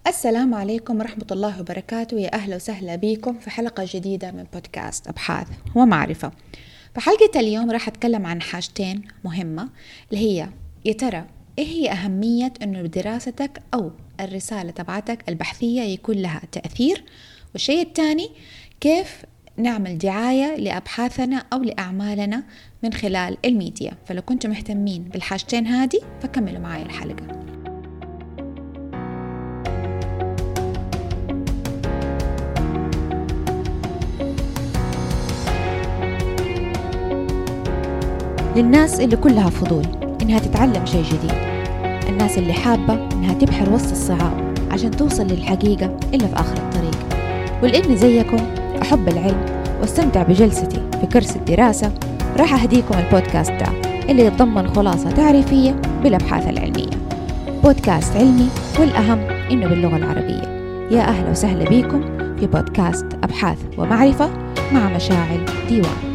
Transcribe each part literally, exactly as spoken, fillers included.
السلام عليكم ورحمة الله وبركاته. يا أهلا وسهلا بكم في حلقة جديدة من بودكاست أبحاث ومعرفة. في حلقة اليوم راح أتكلم عن حاجتين مهمة، اللي هي يا ترى إيه هي أهمية أنه دراستك أو الرسالة تبعتك البحثية يكون لها تأثير، والشيء الثاني كيف نعمل دعاية لأبحاثنا أو لأعمالنا من خلال الميديا. فلو كنتم مهتمين بالحاجتين هذه فكملوا معي الحلقة. للناس اللي كلها فضول إنها تتعلم شيء جديد، الناس اللي حابة إنها تبحر وسط الصعاب عشان توصل للحقيقة إلا في آخر الطريق، ولإني زيكم أحب العلم واستمتع بجلستي في كرسي الدراسة، راح أهديكم البودكاست ده اللي يتضمن خلاصة تعريفية بالأبحاث العلمية. بودكاست علمي والأهم إنه باللغة العربية. يا أهلا وسهلا بكم في بودكاست أبحاث ومعرفة مع مشاعل ديوان.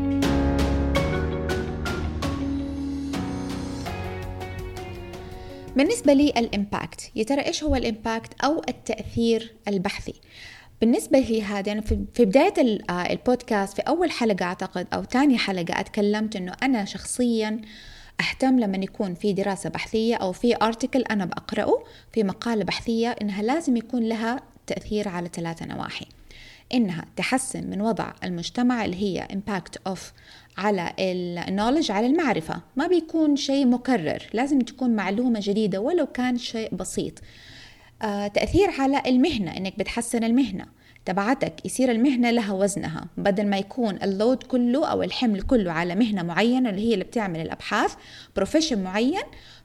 بالنسبة لي الإمباكت، يا ترى إيش هو الإمباكت أو التأثير البحثي؟ بالنسبة لي هذا أنا في بداية البودكاست في أول حلقة أعتقد أو ثاني حلقة أتكلمت إنه أنا شخصياً أهتم لما يكون في دراسة بحثية أو في أرتيكل أنا بقرأه في مقالة بحثية إنها لازم يكون لها تأثير على ثلاثة نواحي. إنها تحسن من وضع المجتمع اللي هي impact of على النولج، على المعرفة، ما بيكون شيء مكرر، لازم تكون معلومة جديدة ولو كان شيء بسيط. آه، تأثير على المهنة، إنك بتحسن المهنة تبعتك، يصير المهنة لها وزنها، بدل ما يكون اللود كله أو الحمل كله على مهنة معينة اللي هي اللي بتعمل الأبحاث بروفيشن معين.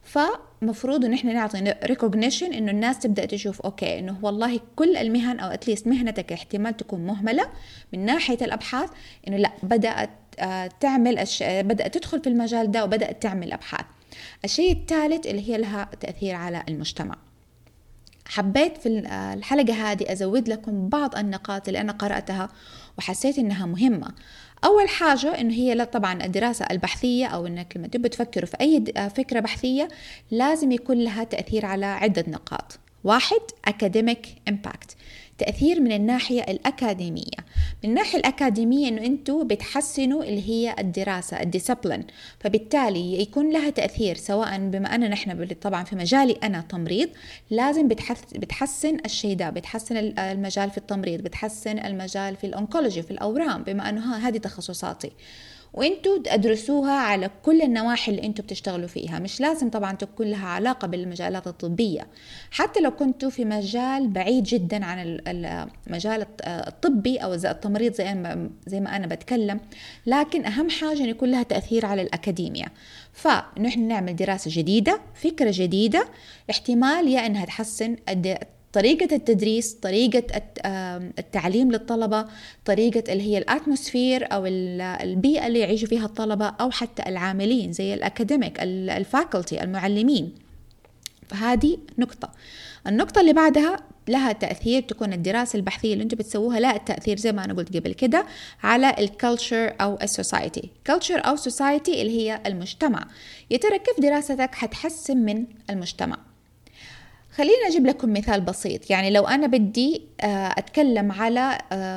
فمفروض إن إحنا نعطي recognition إنه الناس تبدأ تشوف أوكي إنه والله كل المهن أو أتليست مهنتك احتمال تكون مهملة من ناحية الأبحاث، إنه لا بدأت تعمل أش... بدأت تدخل في المجال ده وبدأت تعمل أبحاث. الشيء الثالث اللي هي لها تأثير على المجتمع. حبيت في الحلقة هذه أزود لكم بعض النقاط اللي أنا قرأتها وحسيت إنها مهمة. أول حاجة إنه هي لا طبعا الدراسة البحثية أو إنك لما تبي تفكروا في أي فكرة بحثية لازم يكون لها تأثير على عدة نقاط. واحد academic impact، تأثير من الناحية الأكاديمية. من الناحية الأكاديمية إنه أنتوا بتحسنوا اللي هي الدراسة الديسبلين، فبالتالي يكون لها تأثير، سواء بما أننا نحن طبعا في مجالي أنا تمريض لازم بتحسن الشيء ده، بتحسن المجال في التمريض، بتحسن المجال في الأونكولوجي في الأورام بما أنه هذه تخصصاتي، وانتوا تدرسوها على كل النواحي اللي انتوا بتشتغلوا فيها. مش لازم طبعا تكون لها علاقة بالمجالات الطبية، حتى لو كنتوا في مجال بعيد جدا عن المجال الطبي او التمريض زي ما زي ما انا بتكلم، لكن اهم حاجة ان يكون لها تأثير على الأكاديمية. فنحن نعمل دراسة جديدة، فكرة جديدة، احتمال يا انها تحسن طريقة التدريس، طريقة التعليم للطلبة، طريقة اللي هي الاتموسفير أو البيئة اللي يعيشوا فيها الطلبة، أو حتى العاملين زي الأكاديميك الفاكولتي المعلمين. فهذه نقطة. النقطة اللي بعدها لها تأثير، تكون الدراسة البحثية اللي انتم بتسووها لا التأثير زي ما أنا قلت قبل كده على الكالتشر أو السوسايتي. كالتشر أو سوسايتي اللي هي المجتمع. يا ترى كيف دراستك حتحسن من المجتمع؟ خلينا أجيب لكم مثال بسيط. يعني لو أنا بدي أتكلم على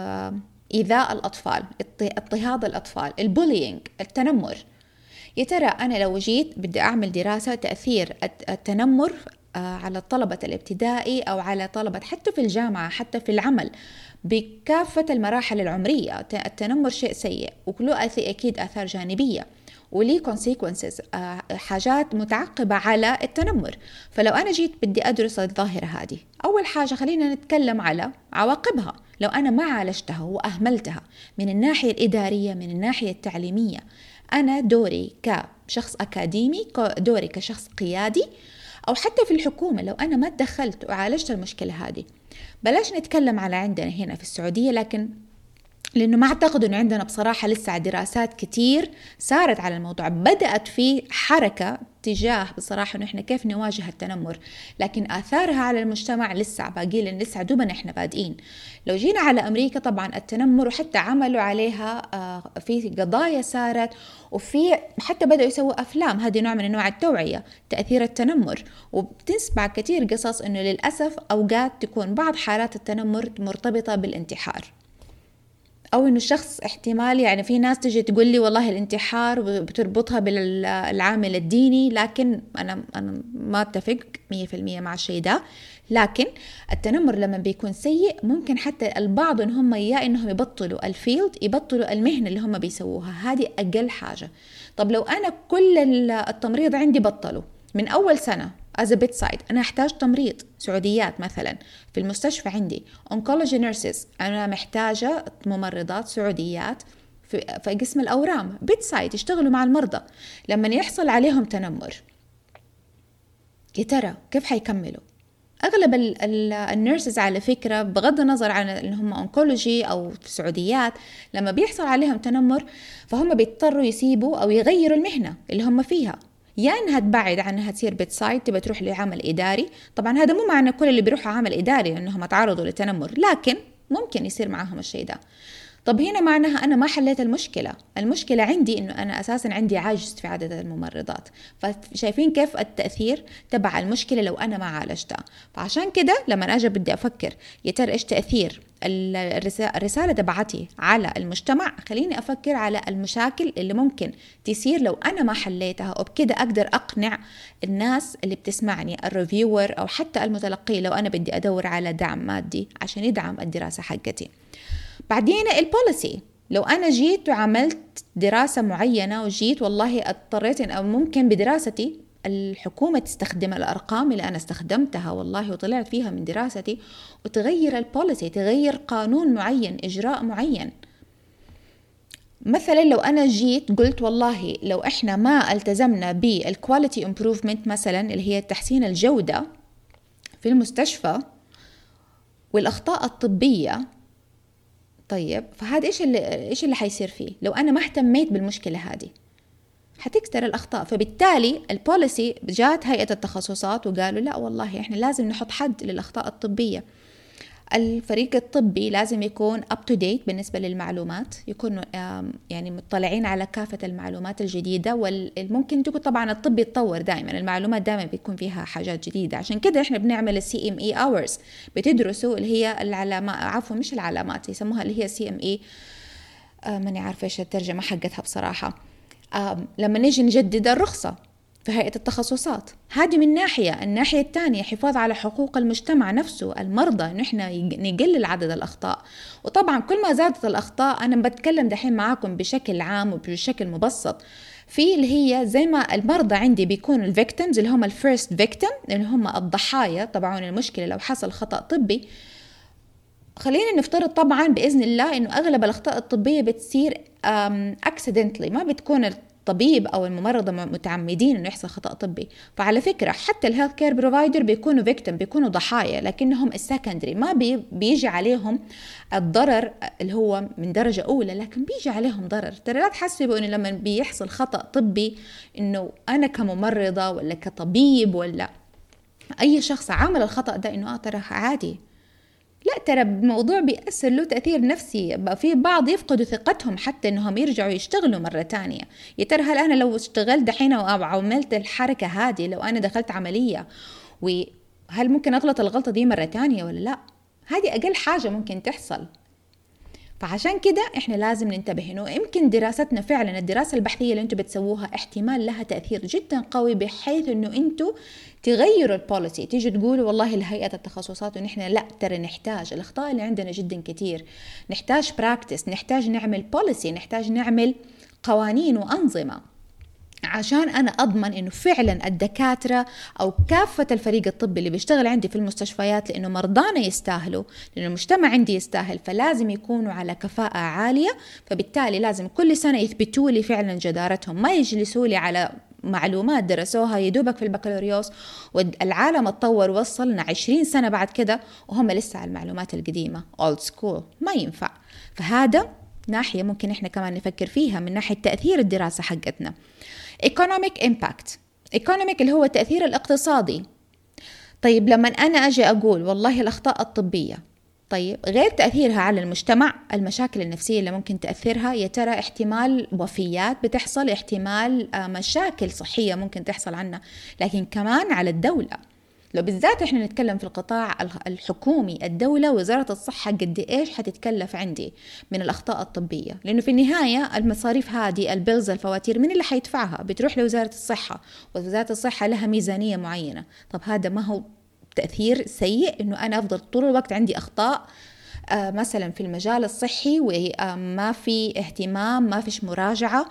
إيذاء الأطفال، اضطهاد الأطفال، البولينج، التنمر، يا ترى أنا لو جيت بدي أعمل دراسة تأثير التنمر على طلبة الابتدائي أو على طلبة حتى في الجامعة حتى في العمل بكافة المراحل العمرية، التنمر شيء سيء وله أكيد آثار جانبية وليه consequences، حاجات متعقبة على التنمر. فلو أنا جيت بدي أدرس الظاهرة هذه، أول حاجة خلينا نتكلم على عواقبها. لو أنا ما عالجتها وأهملتها من الناحية الإدارية، من الناحية التعليمية، أنا دوري كشخص أكاديمي، دوري كشخص قيادي، أو حتى في الحكومة، لو أنا ما تدخلت وعالجت المشكلة هذه. بلاش نتكلم على عندنا هنا في السعودية، لكن لأنه ما أعتقد أنه عندنا بصراحة لسه دراسات كتير صارت على الموضوع. بدأت في حركة تجاه بصراحة أنه إحنا كيف نواجه التنمر، لكن آثارها على المجتمع لسه باقي لنا، لسه دوبنا إحنا بادئين. لو جينا على أمريكا طبعا التنمر وحتى عملوا عليها في قضايا صارت، وفي حتى بدأوا يسووا أفلام، هذه نوع من أنواع التوعية تأثير التنمر، وبتسمع كتير قصص أنه للأسف أوقات تكون بعض حالات التنمر مرتبطة بالانتحار، أو إنه الشخص احتمال، يعني في ناس تجي تقول لي والله الانتحار بتربطها بالعامل الديني، لكن أنا أنا ما أتفق مية في المية مع الشيء ده. لكن التنمر لما بيكون سيء ممكن حتى البعض إن هم يا إنهم يبطلوا الفيلد، يبطلوا المهنة اللي هم بيسووها، هذه أقل حاجة. طب لو أنا كل التمريض عندي بطلوا من أول سنة as a bedside، أنا أحتاج تمريض سعوديات مثلا في المستشفى، عندي oncology nurses، أنا محتاجة ممرضات سعوديات في, في قسم الأورام bedside يشتغلوا مع المرضى. لما يحصل عليهم تنمر يا ترى كيف حيكملوا؟ أغلب النيرسز على فكرة بغض النظر عن إنهم أونكولوجي أو في سعوديات، لما بيحصل عليهم تنمر فهم بيضطروا يسيبوا أو يغيروا المهنة اللي هم فيها، يا يعني انها تبعد عنها تصير بيت سايد، تبى تروح لعمل اداري. طبعا هذا مو معنى كل اللي بيروحوا عمل اداري انهم تعرضوا للتنمر، لكن ممكن يصير معهم الشيء ده. طب هنا معناها انا ما حليت المشكله، المشكله عندي انه انا اساسا عندي عجز في عدد الممرضات. فشايفين كيف التاثير تبع المشكله لو انا ما عالجتها. فعشان كده لما اجي بدي افكر يا ترى ايش تاثير الرساله تبعتي على المجتمع، خليني افكر على المشاكل اللي ممكن تصير لو انا ما حليتها، وبكده اقدر اقنع الناس اللي بتسمعني، الريفيور او حتى المتلقي، لو انا بدي ادور على دعم مادي عشان يدعم الدراسه حقتي. بعدين البوليسي، لو أنا جيت وعملت دراسة معينة وجيت والله اضطريت أو ممكن بدراستي الحكومة تستخدم الأرقام اللي أنا استخدمتها والله وطلعت فيها من دراستي، وتغير البوليسي، تغير قانون معين، إجراء معين. مثلا لو أنا جيت قلت والله لو إحنا ما التزمنا بالكواليتي امبروفمنت مثلا اللي هي تحسين الجودة في المستشفى والأخطاء الطبية، طيب فهذا إيش اللي إيش اللي حيصير فيه؟ لو أنا ما اهتميت بالمشكلة هذه حتكتر الأخطاء. فبالتالي البوليسي جات هيئة التخصصات وقالوا لا والله إحنا لازم نحط حد للأخطاء الطبية. الفريق الطبي لازم يكون up to date بالنسبة للمعلومات، يكونوا يعني مطلعين على كافة المعلومات الجديدة، والممكن تكون طبعا الطب يتطور دائما، المعلومات دائما بيكون فيها حاجات جديدة. عشان كده احنا بنعمل السي ام اي hours، بتدرسوا اللي هي العلامات، عفوا مش العلامات، يسموها اللي هي سي ام اي، ماني عارفة ايش الترجمة حقتها بصراحة. لما نيجي نجدد الرخصة في هيئة التخصصات، هذه من ناحية. الناحية الثانية حفاظ على حقوق المجتمع نفسه، المرضى، إنه إحنا نقلل عدد الأخطاء. وطبعا كل ما زادت الأخطاء، أنا بتكلم دحين معاكم بشكل عام وبشكل مبسط، في اللي هي زي ما المرضى عندي بيكونوا الفيكتيمز اللي هم الفيرست فيكتيم، اللي هم الضحايا طبعا المشكلة لو حصل خطأ طبي. خلينا نفترض طبعا بإذن الله إنه أغلب الأخطاء الطبية بتصير accidentally، ما بتكون الطبيب أو الممرضة متعمدين إنه يحصل خطأ طبي. فعلى فكرة حتى الهيلث كير بروفايدر بيكونوا فيكتيم، بيكونوا ضحايا، لكنهم السكندري ما بي بيجي عليهم الضرر اللي هو من درجة أولى، لكن بيجي عليهم ضرر. ترى لا تحسبوا إنه لما بيحصل خطأ طبي إنه أنا كممرضة ولا كطبيب ولا أي شخص عامل الخطأ ده إنه آه ترى عادي. لا، ترى الموضوع بيأثر له تأثير نفسي، بقى في بعض يفقدوا ثقتهم حتى انهم يرجعوا يشتغلوا مرة تانية. يا ترى هل انا لو اشتغلت دحين او عملت الحركة هذه، لو انا دخلت عملية، وهل ممكن اغلط الغلطة دي مرة تانية ولا لا؟ هذه اقل حاجة ممكن تحصل. فعشان كده احنا لازم ننتبه انه يمكن دراستنا فعلا، الدراسة البحثية اللي انتم بتسووها احتمال لها تأثير جدا قوي، بحيث انه انتم تغيروا البوليسي، تيجي تقولوا والله لهيئة التخصصات ونحن لا ترى نحتاج، الاخطاء اللي عندنا جدا كتير، نحتاج براكتس، نحتاج نعمل بوليسي، نحتاج نعمل قوانين وأنظمة عشان أنا أضمن إنه فعلا الدكاترة أو كافة الفريق الطبي اللي بيشتغل عندي في المستشفيات، لأنه مرضانا يستاهلوا، لأنه المجتمع عندي يستاهل، فلازم يكونوا على كفاءة عالية. فبالتالي لازم كل سنة يثبتوا لي فعلا جدارتهم، ما يجلسوا لي على معلومات درسوها يدوبك في البكالوريوس والعالم اتطور وصلنا عشرين سنة بعد كده وهم لسه على المعلومات القديمة old school، ما ينفع. فهذا ناحية ممكن إحنا كمان نفكر فيها من ناحية تأثير الدراسة حقتنا. economic impact. economic اللي هو التأثير الاقتصادي. طيب لما أنا أجي أقول والله الأخطاء الطبية، طيب غير تأثيرها على المجتمع، المشاكل النفسية اللي ممكن تأثرها، يا ترى احتمال وفيات بتحصل، احتمال مشاكل صحية ممكن تحصل عنها، لكن كمان على الدولة. لو بالذات احنا نتكلم في القطاع الحكومي، الدولة وزارة الصحة قد ايش حتتكلف عندي من الأخطاء الطبية، لأنه في النهاية المصاريف هذه، البيلز، الفواتير، من اللي حيدفعها؟ بتروح لوزارة الصحة، ووزارة الصحة لها ميزانية معينة. طب هذا ما هو تأثير سيء إنه أنا أفضل طول الوقت عندي أخطاء آه مثلا في المجال الصحي، وما في اهتمام، ما فيش مراجعة،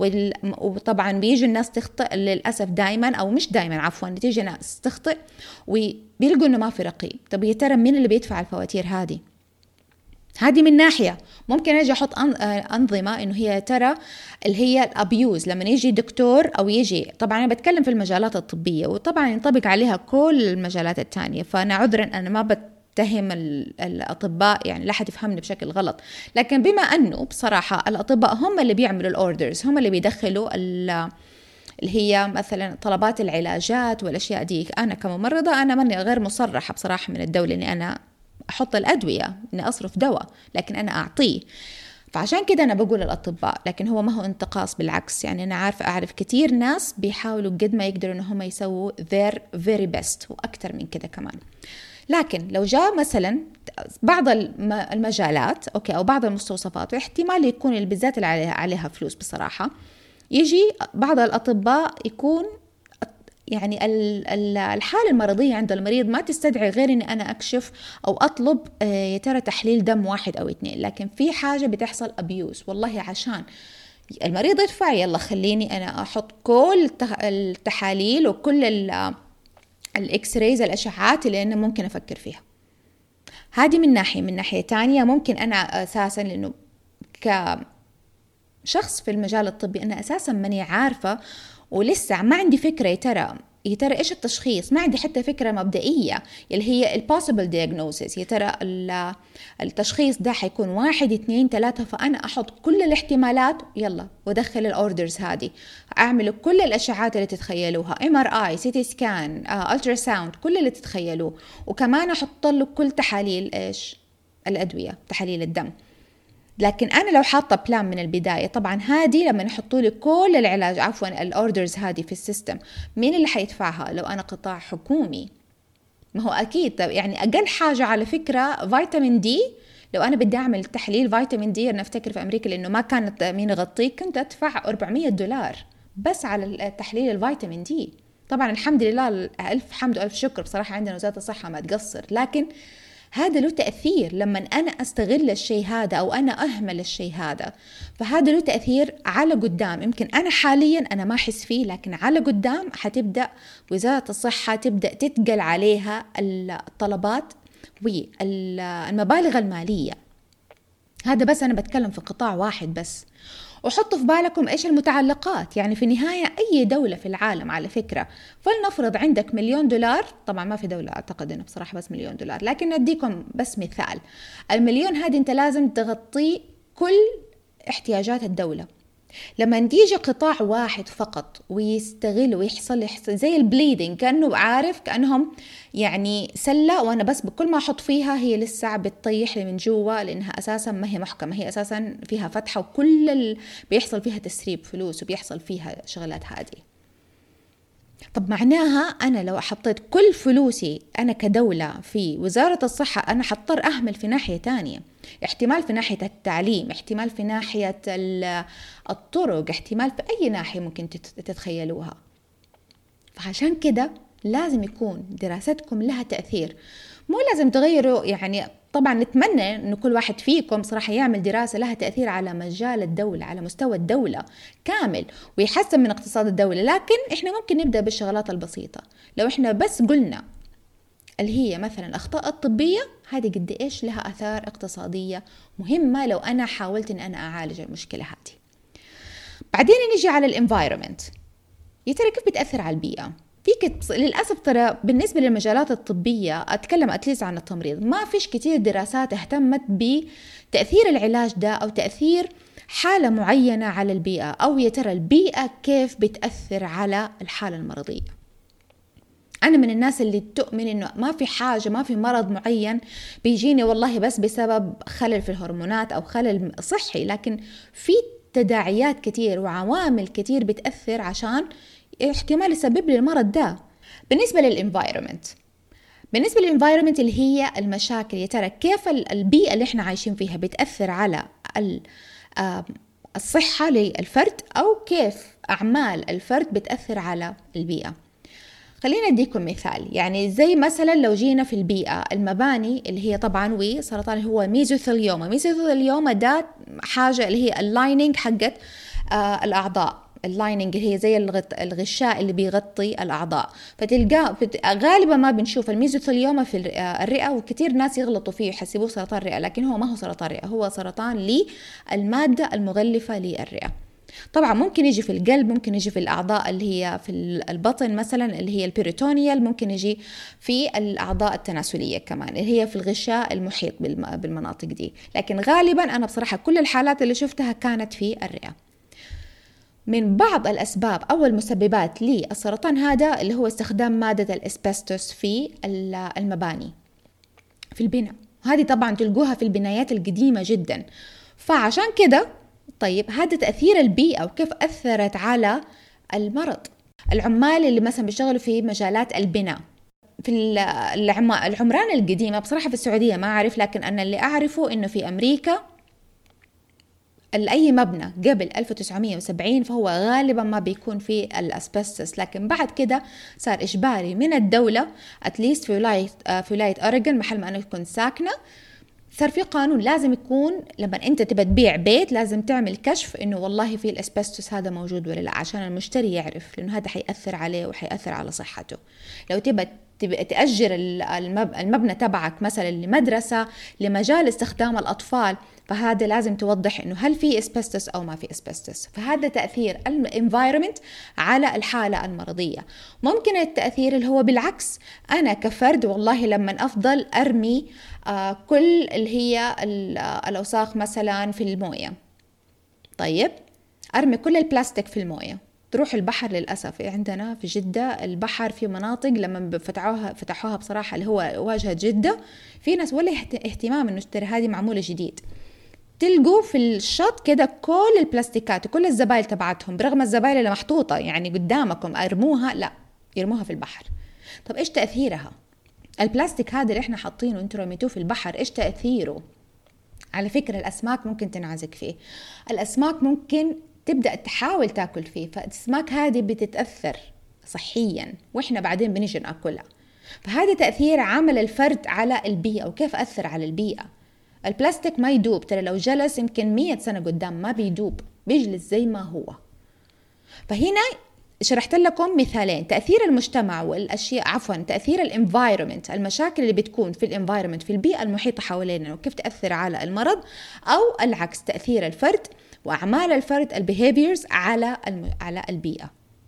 وطبعا بيجي الناس تخطئ للأسف دائما، أو مش دائما عفوا، تيجي ناس تخطئ وبيلقوا إنه ما في رقيب. طب يا ترى مين اللي بيدفع الفواتير هذه؟ هذه من ناحية. ممكن أجي أحط أنظمة إنه هي ترى اللي هي الأبيوز، لما يجي دكتور أو يجي، طبعا أنا بتكلم في المجالات الطبية وطبعا ينطبق عليها كل المجالات التانية، فأنا عذرا أنا ما بتهم الأطباء، يعني لا حد يفهمني بشكل غلط، لكن بما أنه بصراحة الأطباء هم اللي بيعملوا الأوردرز، هم اللي بيدخلوا اللي هي مثلا طلبات العلاجات والأشياء دي. أنا كممرضة أنا ماني غير مصرحة بصراحة من الدولة إني أنا أحط الأدوية، إني أصرف دواء، لكن أنا أعطيه. فعشان كده أنا بقول الأطباء، لكن هو ما هو انتقاص، بالعكس. يعني أنا عارف أعرف كتير ناس بيحاولوا قد ما يقدروا إنهم يسووا their very best وأكتر من كده كمان. لكن لو جاء مثلا بعض المجالات أوكي أو بعض المستوصفات، واحتمال يكون بالذات اللي عليها عليها فلوس بصراحة، يجي بعض الأطباء يكون يعني الحالة المرضية عند المريض ما تستدعي غير إني أنا أكشف أو أطلب يا ترى تحليل دم واحد أو اثنين، لكن في حاجة بتحصل أبيوز، والله عشان المريض يدفع يلا خليني أنا أحط كل التحاليل وكل الإكس رايز، الأشعات اللي أنا ممكن أفكر فيها. هذه من ناحية. من ناحية تانية ممكن أنا أساسا، لأنه كشخص في المجال الطبي أنا أساسا ماني عارفة ولسه ما عندي فكرة يا ترى يا ترى إيش التشخيص، ما عندي حتى فكرة مبدئية اللي هي ال possible diagnosis، يا ترى التشخيص ده حيكون واحد اثنين ثلاثة، فأنا أحط كل الاحتمالات يلا ودخل الأوردرز هذه، أعمل كل الأشعات اللي تتخيلوها، إم آر آي، سي تي سكان، ألترا ساوند، كل اللي تتخيلوه، وكمان أحط له كل تحاليل إيش الأدوية، تحاليل الدم. لكن أنا لو حاطة بلان من البداية، طبعا هذه لما نحطوا لي كل العلاج عفوا الأوردرز هذه في السيستم، مين اللي حيدفعها؟ لو أنا قطاع حكومي ما هو أكيد يعني أقل حاجة على فكرة فيتامين دي، لو أنا بدي أعمل تحليل فيتامين دي، أنا أفتكر في أمريكا لأنه ما كانت مين يغطيه كنت أدفع أربعمية دولار بس على تحليل الفيتامين دي. طبعا الحمد لله ألف حمد وألف شكر بصراحة عندنا وزارة الصحة ما تقصر، لكن هذا له تأثير لما أنا أستغل الشيء هذا أو أنا أهمل الشيء هذا، فهذا له تأثير على قدام. يمكن أنا حاليا أنا ما أحس فيه، لكن على قدام حتبدأ وزارة الصحة تبدأ تتقل عليها الطلبات والمبالغ المالية. هذا بس أنا بتكلم في قطاع واحد بس. وحطوا في بالكم إيش المتعلقات، يعني في النهاية أي دولة في العالم على فكرة، فلنفرض عندك مليون دولار، طبعا ما في دولة أعتقد أنه بصراحة بس مليون دولار، لكن نديكم بس مثال. المليون هذه أنت لازم تغطي كل احتياجات الدولة. لما نتيجي قطاع واحد فقط ويستغل ويحصل يحصل زي البليدنج، كأنه عارف كأنهم يعني سلة، وأنا بس بكل ما أحط فيها هي لسه بتطيح لي من جوا، لأنها أساسا ما هي محكمة، هي أساسا فيها فتحة، وكل ال... بيحصل فيها تسريب فلوس وبيحصل فيها شغلات هذه. طب معناها أنا لو حطيت كل فلوسي أنا كدولة في وزارة الصحة، أنا حضطر أهمل في ناحية تانية، احتمال في ناحية التعليم، احتمال في ناحية الطرق، احتمال في أي ناحية ممكن تتخيلوها. فعشان كده لازم يكون دراستكم لها تأثير. مو لازم تغيروا، يعني طبعا نتمنى أن كل واحد فيكم صراحة يعمل دراسة لها تأثير على مجال الدولة، على مستوى الدولة كامل، ويحسن من اقتصاد الدولة. لكن إحنا ممكن نبدأ بالشغلات البسيطة. لو إحنا بس قلنا اللي هي مثلا الأخطاء الطبية، هذه قد إيش لها آثار اقتصادية مهمة لو أنا حاولت أن أنا أعالج المشكلة هذه. بعدين نيجي على الانفايرمنت، يا ترى كيف بتأثر على البيئة؟ فيك للأسف ترى بالنسبة للمجالات الطبية، أتكلم أتليس عن التمريض، ما فيش كتير دراسات اهتمت بتأثير العلاج ده أو تأثير حالة معينة على البيئة، أو يا ترى البيئة كيف بتأثر على الحالة المرضية. أنا من الناس اللي تؤمن إنه ما في حاجة، ما في مرض معين بيجيني والله بس بسبب خلل في الهرمونات أو خلل صحي، لكن في تداعيات كتير وعوامل كتير بتأثر عشان احتمال يسبب لي المرض ده. بالنسبة للإنفايرمنت، بالنسبة للإنفايرمنت اللي هي المشاكل، يا ترى كيف البيئة اللي احنا عايشين فيها بتأثر على الصحة للفرد، أو كيف أعمال الفرد بتأثر على البيئة. خلينا اديكم مثال، يعني زي مثلا لو جينا في البيئة، المباني اللي هي طبعا وسرطان هو ميزوثيليوما. ميزوثيليوما ده حاجة اللي هي اللايننج حقت آه الأعضاء، اللايننج اللي هي زي الغشاء اللي بيغطي الأعضاء. فتلقى غالبا ما بنشوف الميزوثيليوما في الرئة، وكثير ناس يغلطوا فيه يحسبوه سرطان رئة، لكن هو ما هو سرطان رئة، هو سرطان للمادة المغلفة للرئة. طبعا ممكن يجي في القلب، ممكن يجي في الأعضاء اللي هي في البطن مثلا اللي هي البيريتونيال، ممكن يجي في الأعضاء التناسلية كمان اللي هي في الغشاء المحيط بالمناطق دي. لكن غالبا أنا بصراحة كل الحالات اللي شفتها كانت في الرئة. من بعض الأسباب أو المسببات للسرطان هذا اللي هو استخدام مادة الأسبستوس في المباني في البناء، هذه طبعا تلقوها في البنايات القديمة جدا. فعشان كده طيب هذا تأثير البيئة وكيف أثرت على المرض. العمال اللي مثلا بيشتغلوا في مجالات البناء في العمران القديمة، بصراحة في السعودية ما أعرف، لكن أنا اللي أعرفه إنه في أمريكا أي مبنى قبل ألف وتسعمية وسبعين فهو غالبا ما بيكون فيه الأسبستوس، لكن بعد كده صار إجباري من الدولة أتليست في ولاية في ولاية أوريغون محل ما أنا كنت ساكنة، صار في قانون لازم يكون لما أنت تبى تبيع بيت لازم تعمل كشف إنه والله في الأسبستوس هذا موجود ولا لا، عشان المشتري يعرف، لأنه هذا حيأثر عليه وحيأثر على صحته. لو تبى تأجر المبنى تبعك مثلا لمدرسة، لمجال استخدام الأطفال، فهذا لازم توضح إنه هل في أسبستوس أو ما في أسبستوس. فهذا تأثير الانفايرمنت على الحالة المرضية. ممكن التأثير اللي هو بالعكس، أنا كفرد والله لما أفضل أرمي آه كل اللي هي الأوساخ مثلا في الموية، طيب أرمي كل البلاستيك في الموية، تروح البحر. للأسف عندنا في جدة البحر في مناطق لما فتحوها فتحوها بصراحة اللي هو واجهة جدة، في ناس ولا اهتمام إنه ترى هذه معمولة جديد، تلقوا في الشط كده كل البلاستيكات وكل الزبايل تبعتهم، برغم الزبايل اللي محطوطة يعني قدامكم أرموها، لا يرموها في البحر. طب إيش تأثيرها؟ البلاستيك هذا اللي إحنا حاطينه وإنتوا رميتوه في البحر إيش تأثيره؟ على فكرة الأسماك ممكن تنعزق فيه، الأسماك ممكن تبدأ تحاول تاكل فيه، فالأسماك هذه بتتأثر صحيا وإحنا بعدين بنيجي ناكلها. فهذا تأثير عمل الفرد على البيئة وكيف أثر على البيئة. البلاستيك ما يدوب، ترى لو جلس يمكن مية سنة قدام ما بيدوب، بيجلس زي ما هو. فهنا شرحت لكم مثالين، تأثير المجتمع والأشياء عفوا تأثير الانفايرمنت، المشاكل اللي بتكون في الانفايرمنت في البيئة المحيطة حوالينا وكيف تأثر على المرض، أو العكس تأثير الفرد وأعمال الفرد البيهيفيرز على الم... على البيئة.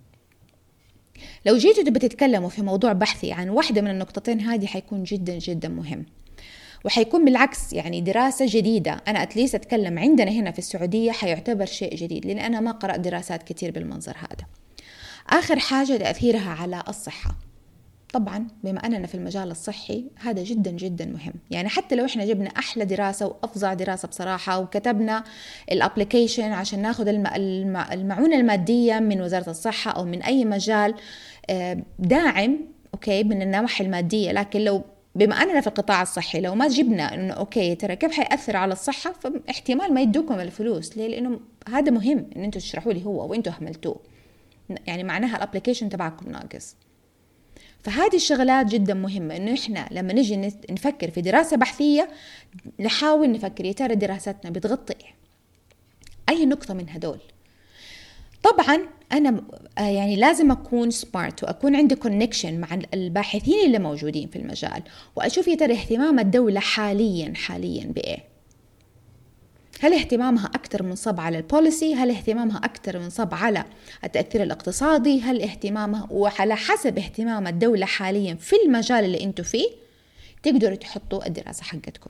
لو جيتوا بتتكلموا في موضوع بحثي عن واحدة من النقطتين هذه حيكون جدا جدا مهم، وحيكون بالعكس يعني دراسة جديدة. أنا أتليس أتكلم عندنا هنا في السعودية حيعتبر شيء جديد، لأن أنا ما قرأت دراسات كتير بالمنظر هذا. آخر حاجة تأثيرها على الصحة. طبعا بما أننا في المجال الصحي هذا جدا جدا مهم، يعني حتى لو إحنا جبنا أحلى دراسة وأفظع دراسة بصراحة وكتبنا الابليكيشن عشان ناخد المعونة المادية من وزارة الصحة أو من أي مجال داعم أوكي من النواحي المادية، لكن لو بما أننا في القطاع الصحي لو ما جبنا إنه أوكي ترى كيف حيأثر على الصحة، فاحتمال ما يدوكم الفلوس. ليه؟ لأنه هذا مهم إن أنتوا تشرحوا لي هو وأنتوا هملتوه، يعني معناها الابليكيشن تبعكم ناقص. فهذه الشغلات جدا مهمة إنه إحنا لما نجي نفكر في دراسة بحثية نحاول نفكر يا ترى دراستنا بتغطي أي نقطة من هدول. طبعا أنا يعني لازم أكون سمارت وأكون عندي كونكشن مع الباحثين اللي موجودين في المجال، وأشوف يا ترى اهتمام الدولة حاليا حاليا بإيه. هل اهتمامها أكثر منصب على البوليسي؟ هل اهتمامها أكثر منصب على التأثير الاقتصادي؟ هل اهتمامها، وعلى حسب اهتمام الدولة حاليا في المجال اللي انتوا فيه تقدروا تحطوا الدراسة حقتكم.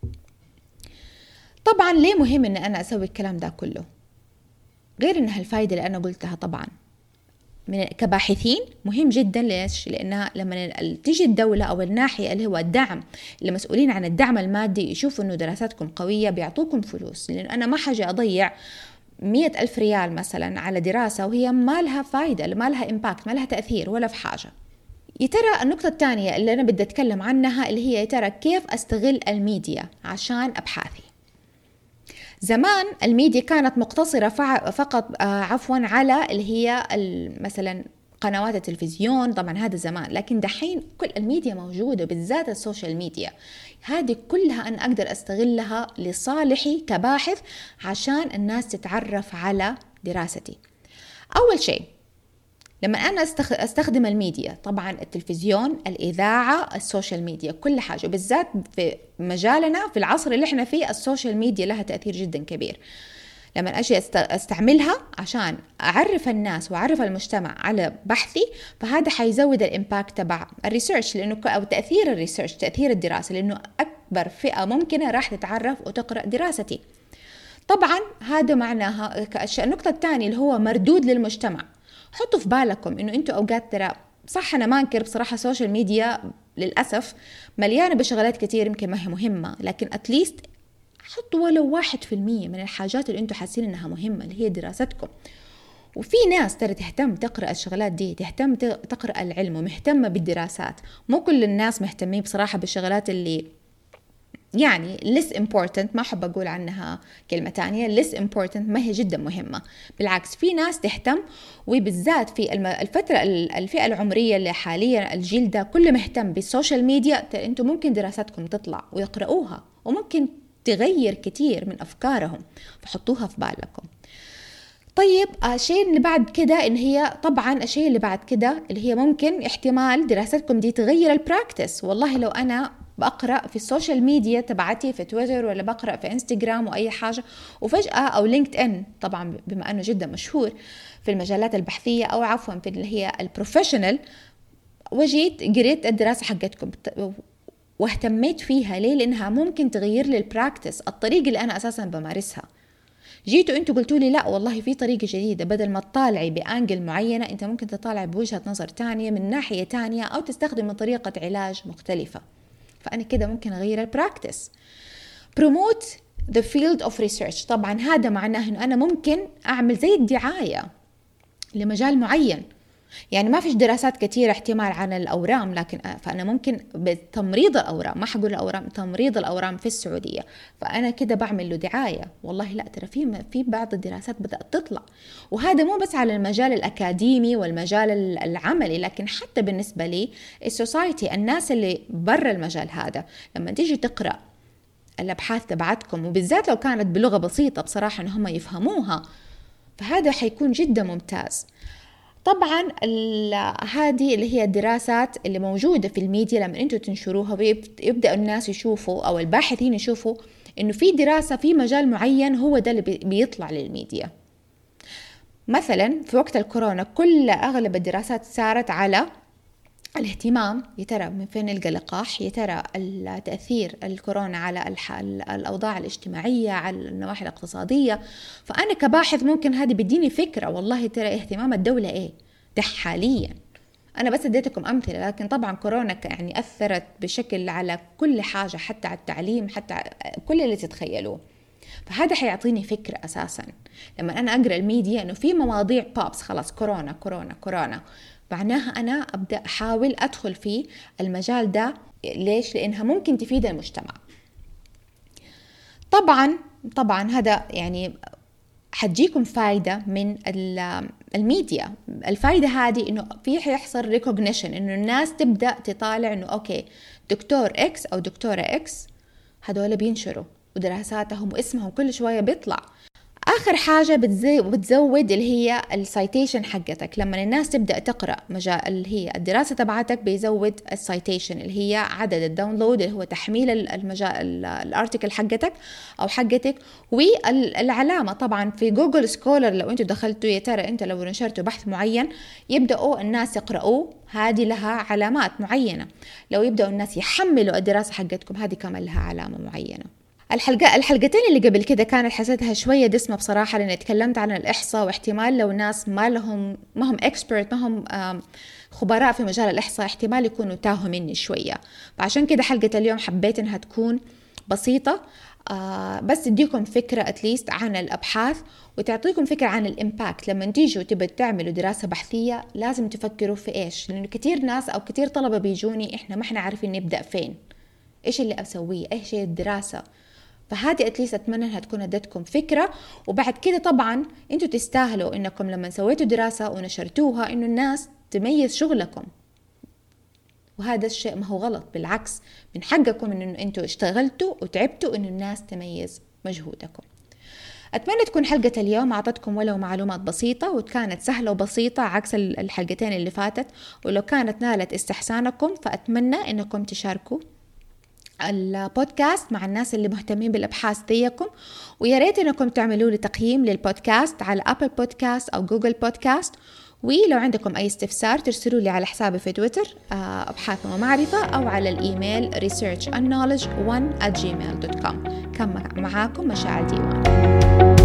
طبعا ليه مهم ان انا اسوي الكلام ده كله؟ غير انها الفايدة اللي انا قلتها طبعا من كباحثين مهم جدا. ليش؟ لانها لما تيجي الدولة او الناحية اللي هو الدعم، اللي مسؤولين عن الدعم المادي، يشوفوا انه دراساتكم قوية بيعطوكم فلوس. لان انا ما حاجي اضيع مية ألف ريال مثلا على دراسة وهي ما لها فايدة، ما لها امباكت، ما لها تأثير ولا في حاجة. يا ترى النقطة الثانية اللي أنا بدي أتكلم عنها اللي هي يا ترى كيف أستغل الميديا عشان أبحاثي. زمان الميديا كانت مقتصرة فقط آه عفوا على اللي هي مثلا قنوات التلفزيون، طبعا هذا زمان. لكن دحين كل الميديا موجودة، بالذات السوشيال ميديا هذه كلها أنا أقدر أستغلها لصالحي كباحث عشان الناس تتعرف على دراستي. أول شيء لما أنا أستخدم الميديا، طبعا التلفزيون، الإذاعة، السوشيال ميديا، كل حاجة، بالذات في مجالنا في العصر اللي احنا فيه السوشيال ميديا لها تأثير جدا كبير. لما أجي أستعملها عشان أعرف الناس وأعرف المجتمع على بحثي، فهذا حيزود الإمباكت تبع الريسيرش، لأنه أو تأثير الريسيرش، تأثير الدراسة، لأنه أكبر فئة ممكنة راح تتعرف وتقرأ دراستي. طبعا هذا معناها النقطة الثانية اللي هو مردود للمجتمع. حطوا في بالكم انه انتوا اوقات ترى صح، انا ما انكر بصراحه السوشيال ميديا للاسف مليانه بشغلات كتير يمكن ما هي مهمه، لكن اتليست حطوا ولو واحد في المية من الحاجات اللي انتوا حاسين انها مهمه اللي هي دراستكم. وفي ناس ترى تهتم تقرأ الشغلات دي، تهتم تقرأ العلم ومهتمه بالدراسات. مو كل الناس مهتمين بصراحه بالشغلات اللي يعني less important، ما أحب أقول عنها كلمة تانية، less important، ما هي جدا مهمة. بالعكس في ناس تهتم، وبالذات في الفترة الفئة العمرية اللي حاليا الجيل ده كله مهتم بالسوشيال ميديا. أنتوا ممكن دراساتكم تطلع ويقرأوها وممكن تغير كتير من أفكارهم، فحطوها في بالكم. طيب الشيء اللي بعد كده إن هي طبعا الشيء اللي بعد كده اللي هي ممكن احتمال دراستكم دي تغير البراكتس. والله لو أنا بقرأ في السوشيال ميديا تبعتي في تويتر ولا بقرأ في انستغرام وأي حاجة، وفجأة أو لينكد إن طبعا بما أنه جدا مشهور في المجالات البحثية أو عفوا في اللي هي البروفيشنال، وجيت قريت الدراسة حقتكم واهتميت فيها. ليه؟ لأنها ممكن تغير لي البراكتس، الطريقة اللي أنا أساسا بمارسها. جيتوا انتوا قلتوا لي لا والله في طريقة جديدة، بدل ما تطالعي بأنجل معينة انت ممكن تطالعي بوجهة نظر تانية من ناحية تانية، أو تستخدم طريقة علاج مختلفة. فأنا كده ممكن أغير البراكتس. promote the field of research، طبعا هذا معناه أنه أنا ممكن أعمل زي الدعاية لمجال معين. يعني ما فيش دراسات كتير احتمال عن الأورام، لكن فأنا ممكن بتمريض الأورام، ما حقول الأورام، تمريض الأورام في السعودية، فأنا كده بعمل له دعاية. والله لا ترى في في بعض الدراسات بدأت تطلع، وهذا مو بس على المجال الأكاديمي والمجال العملي، لكن حتى بالنسبة لي السوسايتي، الناس اللي برا المجال هذا، لما تيجي تقرأ الأبحاث تبعتكم وبالذات لو كانت بلغة بسيطة بصراحة إن هم يفهموها، فهذا حيكون جدا ممتاز. طبعا هذه اللي هي الدراسات اللي موجودة في الميديا لما انتوا تنشروها يبدأ الناس يشوفوا او الباحثين يشوفوا انه في دراسة في مجال معين هو ده اللي بيطلع للميديا. مثلا في وقت الكورونا كل اغلب الدراسات صارت على الاهتمام، يا ترى من فين نلقى لقاح، يا ترى التأثير الكورونا على الأوضاع الاجتماعية، على النواحي الاقتصادية. فأنا كباحث ممكن هذه بديني فكرة والله ترى اهتمام الدولة إيه ده حاليا. أنا بس اديتكم أمثلة، لكن طبعا كورونا يعني أثرت بشكل على كل حاجة، حتى على التعليم، حتى كل اللي تتخيلوه. فهذا حيعطيني فكرة أساسا لما أنا أقرأ الميديا إنه في مواضيع بابس خلاص كورونا كورونا كورونا، معناها أنا أبدأ أحاول أدخل في المجال ده. ليش؟ لأنها ممكن تفيد المجتمع. طبعا طبعا هذا يعني حتجيكم فايدة من الميديا. الفايدة هذه إنه في حيحصل ريكوجنيشن، إنه الناس تبدأ تطالع إنه أوكي دكتور إكس أو دكتورة إكس هذول بينشروا ودراساتهم واسمهم كل شوية بيطلع. آخر حاجة بتزود اللي هي السايتيشن حقتك. لما الناس تبدأ تقرأ مجال اللي هي الدراسة تبعتك بيزود السايتيشن اللي هي عدد الداونلود اللي هو تحميل المجال الارتيكل حقتك أو حقتك. والعلامة طبعا في جوجل سكولر لو أنتوا دخلتوا يا ترى أنت لو نشرتوا بحث معين يبدأوا الناس يقرأوه، هذه لها علامات معينة. لو يبدأوا الناس يحملوا الدراسة حقتكم هذه كمان لها علامة معينة. الحلقة الحلقتين اللي قبل كده كانت حسيتها شوية دسمة بصراحة، لأني تكلمت عن الإحصاء، واحتمال لو ناس ما لهم ما هم إكسبرت ما هم خبراء في مجال الإحصاء احتمال يكونوا تاهوا مني شوية. فعشان كده حلقة اليوم حبيت إنها تكون بسيطة، آه بس تديكم فكرة أتليست عن الأبحاث وتعطيكم فكرة عن الإمباكت. لما تيجوا تبوا تعملوا دراسة بحثية لازم تفكروا في إيش، لأنه كتير ناس أو كتير طلبة بيجوني إحنا ما إحنا عارفين نبدأ فين، إيش اللي أسويه، إيش هي الدراسة. فهذه أتليست أتمنى أنها تكون ادتكم فكرة. وبعد كده طبعا أنتوا تستاهلوا إنكم لما سويتوا دراسة ونشرتوها إنه الناس تميز شغلكم، وهذا الشيء ما هو غلط، بالعكس من حقكم إنه أنتوا اشتغلتوا وتعبتوا إنه الناس تميز مجهودكم. أتمنى تكون حلقة اليوم أعطتكم ولو معلومات بسيطة وكانت سهلة وبسيطة عكس الحلقتين اللي فاتت. ولو كانت نالت استحسانكم فأتمنى إنكم تشاركوا البودكاست مع الناس اللي مهتمين بالأبحاث زيكم، ويا ريت إنكم تعملوا لي تقييم للبودكاست على أبل بودكاست أو جوجل بودكاست. ولو عندكم أي استفسار ترسلوا لي على حسابي في تويتر أبحاث ومعرفة، أو على الإيميل research and knowledge one at gmail dot com. كان معاكم مشاعل ديوان.